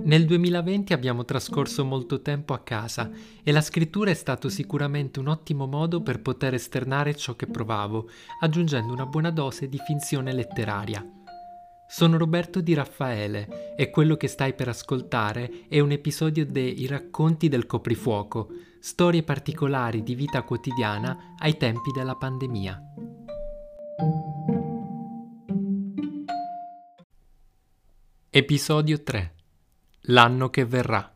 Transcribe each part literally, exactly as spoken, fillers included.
Nel duemilaventi abbiamo trascorso molto tempo a casa e la scrittura è stato sicuramente un ottimo modo per poter esternare ciò che provavo, aggiungendo una buona dose di finzione letteraria. Sono Roberto Di Raffaele e quello che stai per ascoltare è un episodio dei Racconti del Coprifuoco, storie particolari di vita quotidiana ai tempi della pandemia. Episodio tre. L'anno che verrà.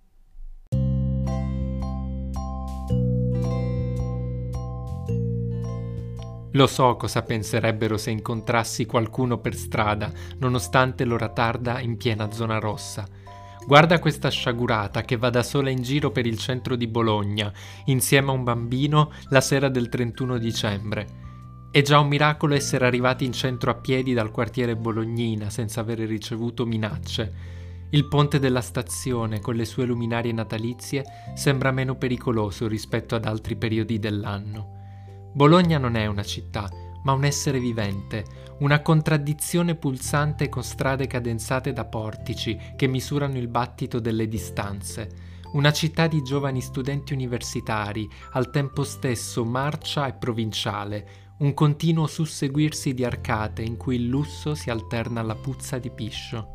Lo so cosa penserebbero se incontrassi qualcuno per strada, nonostante l'ora tarda in piena zona rossa. Guarda questa sciagurata che va da sola in giro per il centro di Bologna, insieme a un bambino, la sera del trentuno dicembre. È già un miracolo essere arrivati in centro a piedi dal quartiere Bolognina senza avere ricevuto minacce. Il ponte della stazione, con le sue luminarie natalizie, sembra meno pericoloso rispetto ad altri periodi dell'anno. Bologna non è una città, ma un essere vivente, una contraddizione pulsante con strade cadenzate da portici che misurano il battito delle distanze. Una città di giovani studenti universitari, al tempo stesso marcia e provinciale, un continuo susseguirsi di arcate in cui il lusso si alterna alla puzza di piscio.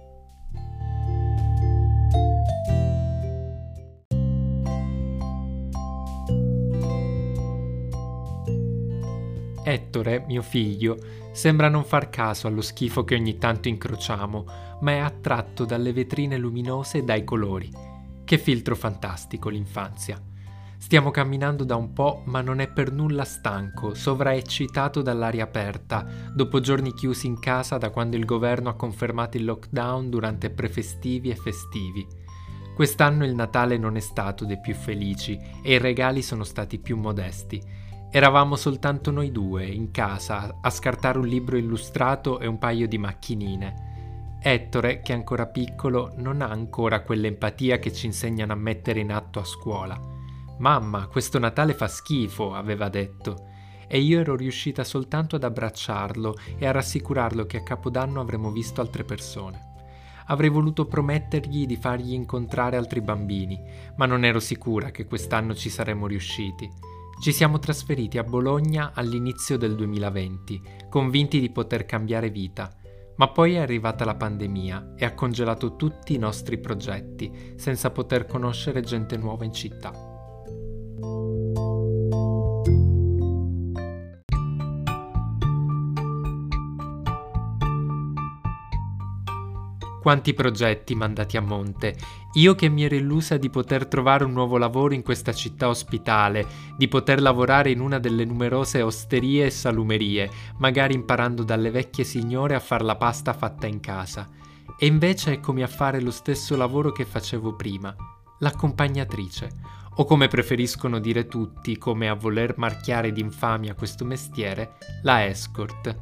Ettore, mio figlio, sembra non far caso allo schifo che ogni tanto incrociamo, ma è attratto dalle vetrine luminose e dai colori. Che filtro fantastico l'infanzia! Stiamo camminando da un po', ma non è per nulla stanco, sovraeccitato dall'aria aperta, dopo giorni chiusi in casa da quando il governo ha confermato il lockdown durante prefestivi e festivi. Quest'anno il Natale non è stato dei più felici e i regali sono stati più modesti. Eravamo soltanto noi due, in casa, a scartare un libro illustrato e un paio di macchinine. Ettore, che è ancora piccolo, non ha ancora quell'empatia che ci insegnano a mettere in atto a scuola. «Mamma, questo Natale fa schifo», aveva detto, e io ero riuscita soltanto ad abbracciarlo e a rassicurarlo che a Capodanno avremmo visto altre persone. Avrei voluto promettergli di fargli incontrare altri bambini, ma non ero sicura che quest'anno ci saremmo riusciti. Ci siamo trasferiti a Bologna all'inizio del duemilaventi, convinti di poter cambiare vita, ma poi è arrivata la pandemia e ha congelato tutti i nostri progetti, senza poter conoscere gente nuova in città. Quanti progetti mandati a monte. Io che mi ero illusa di poter trovare un nuovo lavoro in questa città ospitale, di poter lavorare in una delle numerose osterie e salumerie, magari imparando dalle vecchie signore a far la pasta fatta in casa. E invece eccomi a fare lo stesso lavoro che facevo prima, l'accompagnatrice, o come preferiscono dire tutti, come a voler marchiare d'infamia questo mestiere, la escort.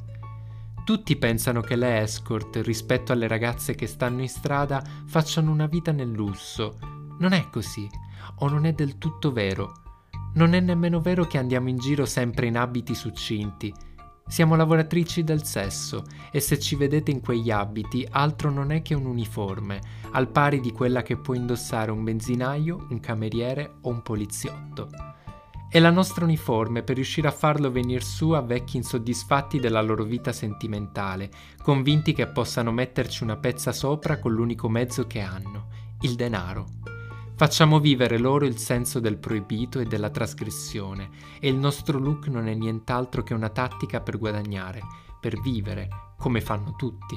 Tutti pensano che le escort, rispetto alle ragazze che stanno in strada, facciano una vita nel lusso. Non è così, o non è del tutto vero. Non è nemmeno vero che andiamo in giro sempre in abiti succinti. Siamo lavoratrici del sesso e se ci vedete in quegli abiti altro non è che un uniforme, al pari di quella che può indossare un benzinaio, un cameriere o un poliziotto. È la nostra uniforme per riuscire a farlo venir su a vecchi insoddisfatti della loro vita sentimentale, convinti che possano metterci una pezza sopra con l'unico mezzo che hanno, il denaro. Facciamo vivere loro il senso del proibito e della trasgressione, e il nostro look non è nient'altro che una tattica per guadagnare, per vivere, come fanno tutti.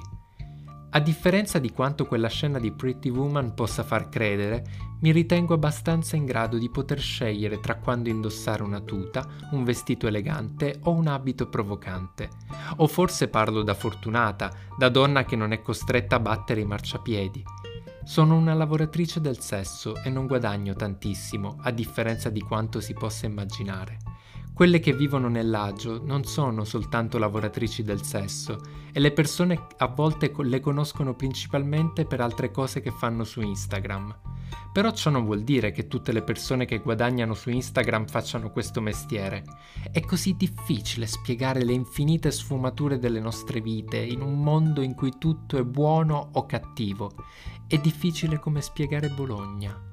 A differenza di quanto quella scena di Pretty Woman possa far credere, mi ritengo abbastanza in grado di poter scegliere tra quando indossare una tuta, un vestito elegante o un abito provocante. O forse parlo da fortunata, da donna che non è costretta a battere i marciapiedi. Sono una lavoratrice del sesso e non guadagno tantissimo, a differenza di quanto si possa immaginare. Quelle che vivono nell'agio non sono soltanto lavoratrici del sesso e le persone a volte le conoscono principalmente per altre cose che fanno su Instagram. Però ciò non vuol dire che tutte le persone che guadagnano su Instagram facciano questo mestiere. È così difficile spiegare le infinite sfumature delle nostre vite in un mondo in cui tutto è buono o cattivo. È difficile come spiegare Bologna.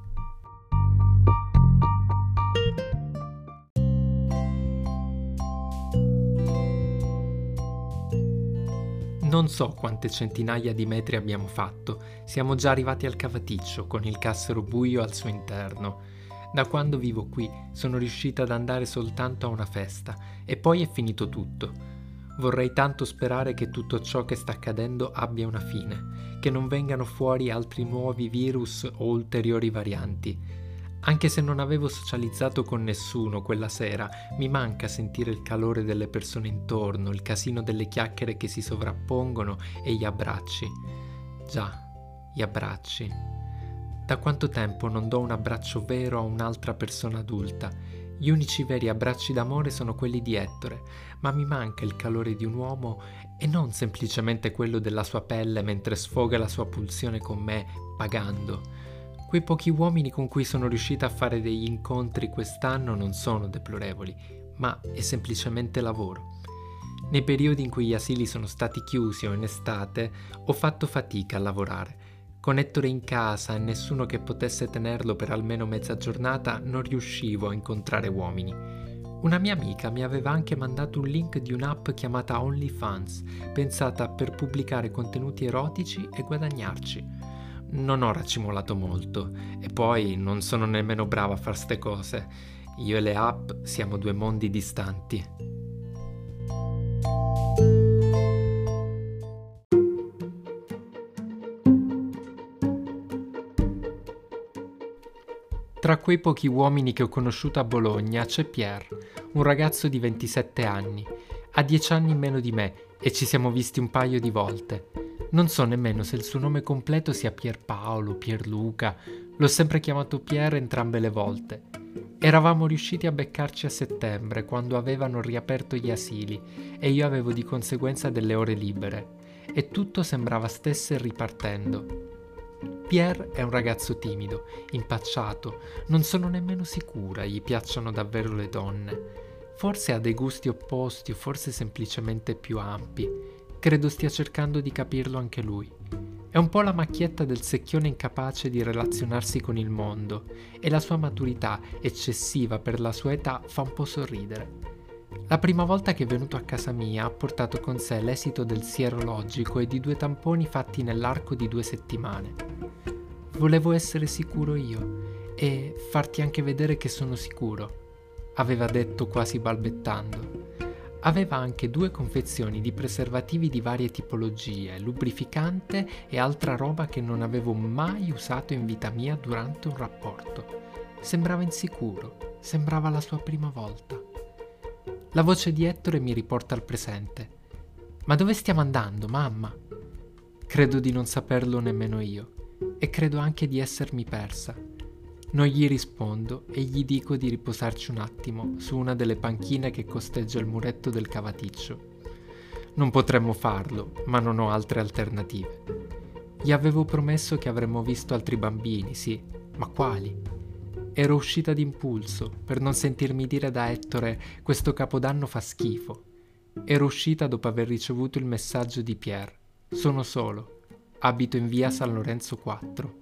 Non so quante centinaia di metri abbiamo fatto, siamo già arrivati al cavaticcio con il cassero buio al suo interno. Da quando vivo qui sono riuscita ad andare soltanto a una festa e poi è finito tutto. Vorrei tanto sperare che tutto ciò che sta accadendo abbia una fine, che non vengano fuori altri nuovi virus o ulteriori varianti. Anche se non avevo socializzato con nessuno quella sera, mi manca sentire il calore delle persone intorno, il casino delle chiacchiere che si sovrappongono e gli abbracci. Già, gli abbracci. Da quanto tempo non do un abbraccio vero a un'altra persona adulta? Gli unici veri abbracci d'amore sono quelli di Ettore, ma mi manca il calore di un uomo e non semplicemente quello della sua pelle mentre sfoga la sua pulsione con me, pagando. Quei pochi uomini con cui sono riuscita a fare degli incontri quest'anno non sono deplorevoli, ma è semplicemente lavoro. Nei periodi in cui gli asili sono stati chiusi o in estate, ho fatto fatica a lavorare. Con Ettore in casa e nessuno che potesse tenerlo per almeno mezza giornata, non riuscivo a incontrare uomini. Una mia amica mi aveva anche mandato un link di un'app chiamata OnlyFans, pensata per pubblicare contenuti erotici e guadagnarci. Non ho racimolato molto e poi non sono nemmeno brava a fare ste cose. Io e le app siamo due mondi distanti. Tra quei pochi uomini che ho conosciuto a Bologna c'è Pierre, un ragazzo di ventisette anni. Ha dieci anni in meno di me e ci siamo visti un paio di volte. Non so nemmeno se il suo nome completo sia Pierpaolo, Pierluca. L'ho sempre chiamato Pierre entrambe le volte. Eravamo riusciti a beccarci a settembre, quando avevano riaperto gli asili, e io avevo di conseguenza delle ore libere. E tutto sembrava stesse ripartendo. Pierre è un ragazzo timido, impacciato, non sono nemmeno sicura gli piacciono davvero le donne. Forse ha dei gusti opposti o forse semplicemente più ampi. Credo stia cercando di capirlo anche lui. È un po' la macchietta del secchione incapace di relazionarsi con il mondo e la sua maturità, eccessiva per la sua età, fa un po' sorridere. La prima volta che è venuto a casa mia ha portato con sé l'esito del sierologico e di due tamponi fatti nell'arco di due settimane. Volevo essere sicuro io e farti anche vedere che sono sicuro, aveva detto quasi balbettando. Aveva anche due confezioni di preservativi di varie tipologie, lubrificante e altra roba che non avevo mai usato in vita mia durante un rapporto. Sembrava insicuro, sembrava la sua prima volta. La voce di Ettore mi riporta al presente. Ma dove stiamo andando, mamma? Credo di non saperlo nemmeno io e credo anche di essermi persa. Non gli rispondo e gli dico di riposarci un attimo su una delle panchine che costeggia il muretto del cavaticcio. Non potremmo farlo, ma non ho altre alternative. Gli avevo promesso che avremmo visto altri bambini, sì, ma quali? Ero uscita d'impulso per non sentirmi dire da Ettore «questo capodanno fa schifo». Ero uscita dopo aver ricevuto il messaggio di Pierre. Sono solo. Abito in via San Lorenzo quattro.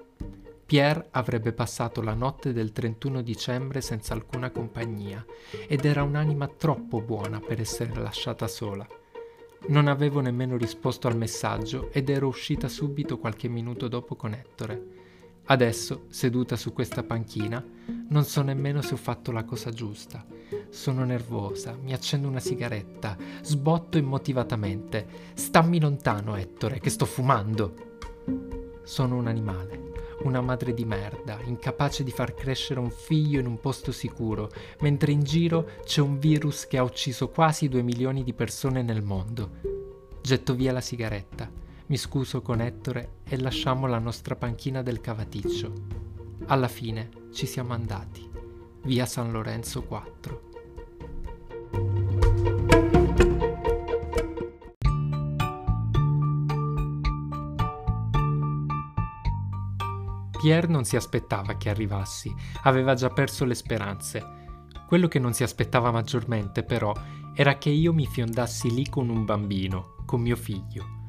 Pierre avrebbe passato la notte del trentuno dicembre senza alcuna compagnia ed era un'anima troppo buona per essere lasciata sola. Non avevo nemmeno risposto al messaggio ed ero uscita subito qualche minuto dopo con Ettore. Adesso, seduta su questa panchina, non so nemmeno se ho fatto la cosa giusta. Sono nervosa, mi accendo una sigaretta, sbotto immotivatamente. Stammi lontano, Ettore, che sto fumando. Sono un animale. Una madre di merda, incapace di far crescere un figlio in un posto sicuro, mentre in giro c'è un virus che ha ucciso quasi due milioni di persone nel mondo. Getto via la sigaretta, mi scuso con Ettore e lasciamo la nostra panchina del cavaticcio. Alla fine ci siamo andati, via San Lorenzo quattro. Pierre non si aspettava che arrivassi, aveva già perso le speranze. Quello che non si aspettava maggiormente, però, era che io mi fiondassi lì con un bambino, con mio figlio.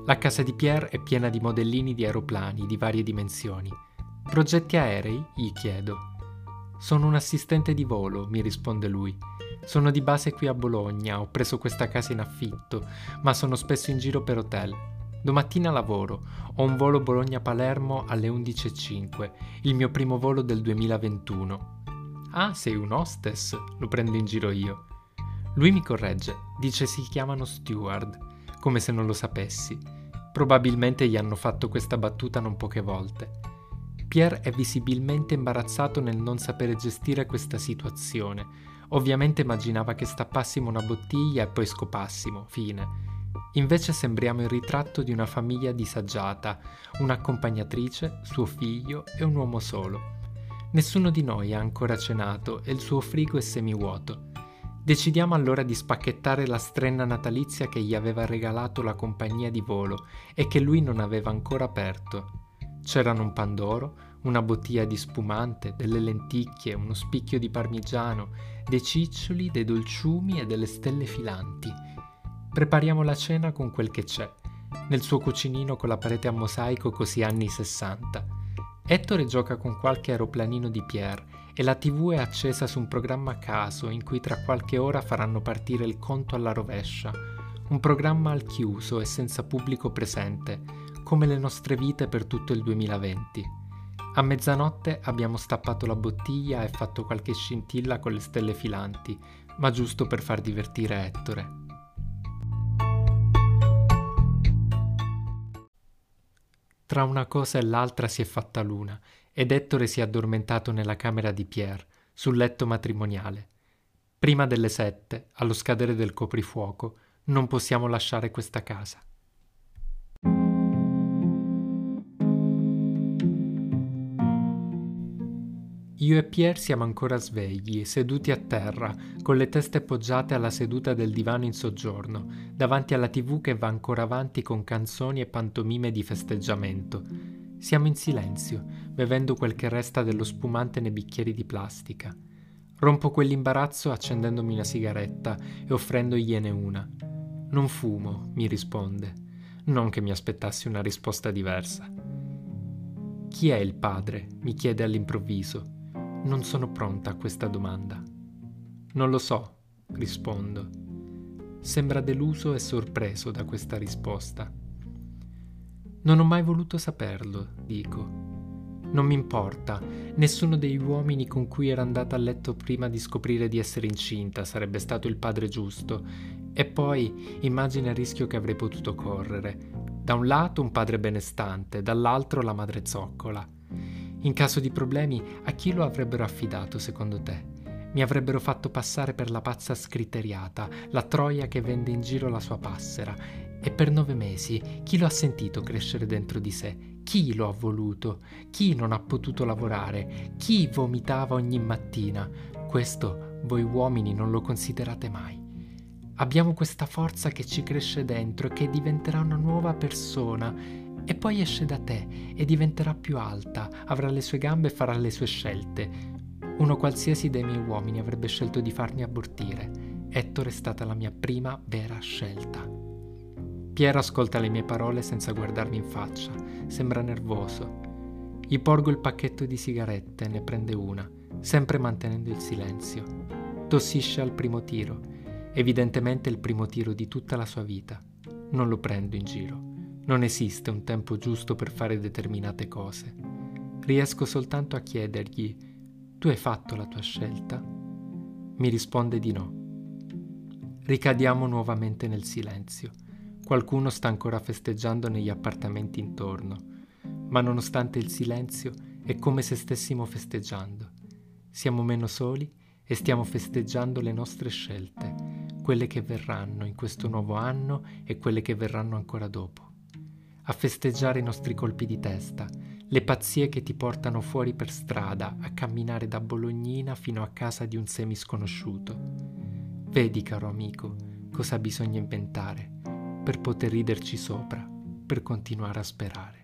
La casa di Pierre è piena di modellini di aeroplani di varie dimensioni. Progetti aerei? Gli chiedo. Sono un assistente di volo, mi risponde lui. Sono di base qui a Bologna, ho preso questa casa in affitto, ma sono spesso in giro per hotel. Domattina lavoro, ho un volo Bologna-Palermo alle undici e cinque, il mio primo volo del duemilaventuno. Ah, sei un hostess? Lo prendo in giro io. Lui mi corregge, dice si chiamano steward, come se non lo sapessi. Probabilmente gli hanno fatto questa battuta non poche volte. Pierre è visibilmente imbarazzato nel non sapere gestire questa situazione. Ovviamente immaginava che stappassimo una bottiglia e poi scopassimo, fine. Invece sembriamo il ritratto di una famiglia disagiata, un'accompagnatrice, suo figlio e un uomo solo. Nessuno di noi ha ancora cenato e il suo frigo è semivuoto. Decidiamo allora di spacchettare la strenna natalizia che gli aveva regalato la compagnia di volo e che lui non aveva ancora aperto. C'erano un pandoro, una bottiglia di spumante, delle lenticchie, uno spicchio di parmigiano, dei ciccioli, dei dolciumi e delle stelle filanti. Prepariamo la cena con quel che c'è, nel suo cucinino con la parete a mosaico così anni sessanta. Ettore gioca con qualche aeroplanino di Pierre e la tivù è accesa su un programma a caso in cui tra qualche ora faranno partire il conto alla rovescia. Un programma al chiuso e senza pubblico presente, come le nostre vite per tutto il duemilaventi. A mezzanotte abbiamo stappato la bottiglia e fatto qualche scintilla con le stelle filanti, ma giusto per far divertire Ettore. Tra una cosa e l'altra si è fatta luna ed Ettore si è addormentato nella camera di Pierre, sul letto matrimoniale. Prima delle sette, allo scadere del coprifuoco, non possiamo lasciare questa casa. Io e Pierre siamo ancora svegli, seduti a terra, con le teste poggiate alla seduta del divano in soggiorno, davanti alla tivù che va ancora avanti con canzoni e pantomime di festeggiamento. Siamo in silenzio, bevendo quel che resta dello spumante nei bicchieri di plastica. Rompo quell'imbarazzo accendendomi una sigaretta e offrendogliene una. Non fumo, mi risponde. Non che mi aspettassi una risposta diversa. Chi è il padre? Mi chiede all'improvviso. Non sono pronta a questa domanda. Non lo so, rispondo. Sembra deluso e sorpreso da questa risposta. Non ho mai voluto saperlo, dico. Non mi importa, nessuno degli uomini con cui era andata a letto prima di scoprire di essere incinta sarebbe stato il padre giusto. E poi immagina il rischio che avrei potuto correre. Da un lato un padre benestante, dall'altro la madre zoccola. In caso di problemi, a chi lo avrebbero affidato, secondo te? Mi avrebbero fatto passare per la pazza scriteriata, la troia che vende in giro la sua passera. E per nove mesi, chi lo ha sentito crescere dentro di sé? Chi lo ha voluto? Chi non ha potuto lavorare? Chi vomitava ogni mattina? Questo voi uomini non lo considerate mai. Abbiamo questa forza che ci cresce dentro e che diventerà una nuova persona. E poi esce da te e diventerà più alta, avrà le sue gambe e farà le sue scelte. Uno qualsiasi dei miei uomini avrebbe scelto di farmi abortire. Ettore è stata la mia prima vera scelta. Pierre ascolta le mie parole senza guardarmi in faccia, sembra nervoso. Gli porgo il pacchetto di sigarette e ne prende una, sempre mantenendo il silenzio. Tossisce al primo tiro, evidentemente il primo tiro di tutta la sua vita. Non lo prendo in giro. Non esiste un tempo giusto per fare determinate cose. Riesco soltanto a chiedergli: tu hai fatto la tua scelta? Mi risponde di no. Ricadiamo nuovamente nel silenzio. Qualcuno sta ancora festeggiando negli appartamenti intorno, ma nonostante il silenzio è come se stessimo festeggiando. Siamo meno soli e stiamo festeggiando le nostre scelte, quelle che verranno in questo nuovo anno e quelle che verranno ancora dopo. A festeggiare i nostri colpi di testa, le pazzie che ti portano fuori per strada a camminare da Bolognina fino a casa di un semisconosciuto. Vedi, caro amico, cosa bisogna inventare per poter riderci sopra, per continuare a sperare.